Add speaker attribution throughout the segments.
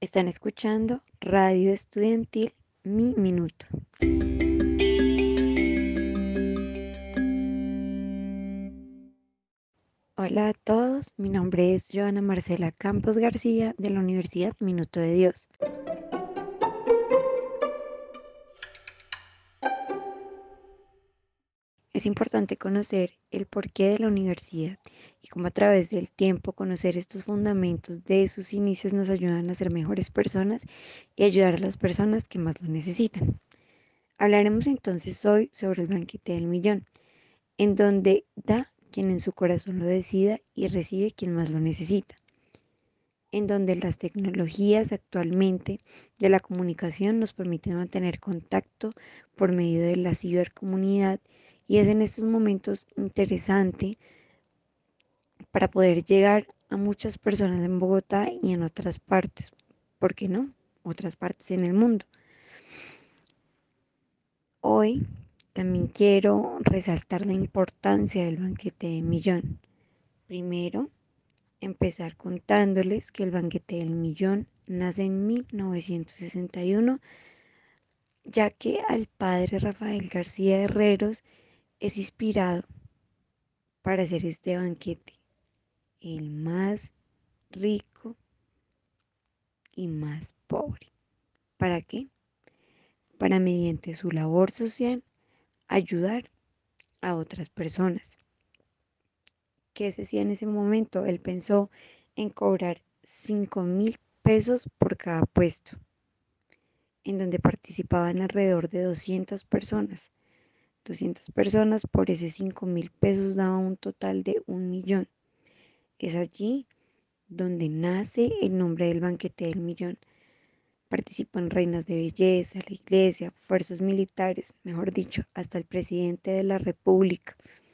Speaker 1: Están escuchando Radio Estudiantil Mi Minuto. Hola a todos, mi nombre es Joana Marcela Campos García de la Universidad Minuto de Dios. Es importante conocer el porqué de la universidad y cómo a través del tiempo conocer estos fundamentos de sus inicios nos ayudan a ser mejores personas y ayudar a las personas que más lo necesitan. Hablaremos entonces hoy sobre el banquete del millón, en donde da quien en su corazón lo decida y recibe quien más lo necesita, en donde las tecnologías actualmente de la comunicación nos permiten mantener contacto por medio de la cibercomunidad y es en estos momentos interesante para poder llegar a muchas personas en Bogotá y en otras partes, ¿por qué no? Otras partes en el mundo. Hoy también quiero resaltar la importancia del banquete de millón. Primero, empezar contándoles que el banquete del millón nace en 1961, ya que al padre Rafael García Herreros es inspirado para hacer este banquete, el más rico y más pobre. ¿Para qué? Para mediante su labor social ayudar a otras personas. ¿Qué se hacía en ese momento? Él pensó en cobrar 5.000 pesos por cada puesto, en donde participaban alrededor de 200 personas. 200 personas por ese 5.000 pesos daba un total de 1.000.000. Es allí donde nace el nombre del banquete del millón. Participan reinas de belleza, la iglesia, fuerzas militares, mejor dicho, hasta el presidente de la República.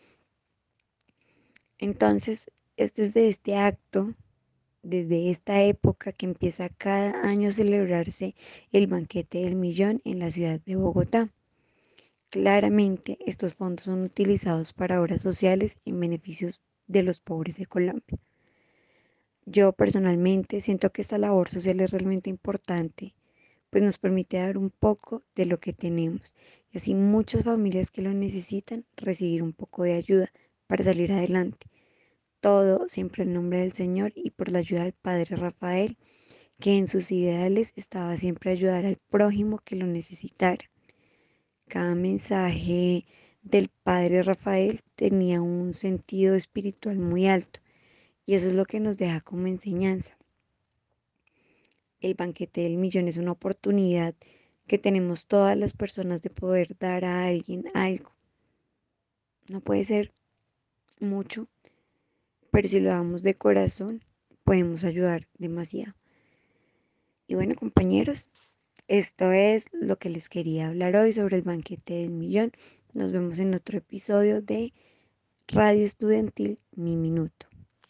Speaker 1: Entonces, es desde este acto, desde esta época que empieza cada año a celebrarse el banquete del millón en la ciudad de Bogotá. Claramente, estos fondos son utilizados para obras sociales en beneficios de los pobres de Colombia. Yo personalmente siento que esta labor social es realmente importante, pues nos permite dar un poco de lo que tenemos y así muchas familias que lo necesitan recibir un poco de ayuda para salir adelante. Todo siempre en nombre del Señor y por la ayuda del Padre Rafael, que en sus ideales estaba siempre a ayudar al prójimo que lo necesitara. Cada mensaje del Padre Rafael tenía un sentido espiritual muy alto y eso es lo que nos deja como enseñanza. El banquete del millón es una oportunidad que tenemos todas las personas de poder dar a alguien algo. No puede ser mucho, pero si lo damos de corazón, podemos ayudar demasiado. Y bueno, compañeros, esto es lo que les quería hablar hoy sobre el banquete del millón. Nos vemos en otro episodio de Radio Estudiantil Mi Minuto.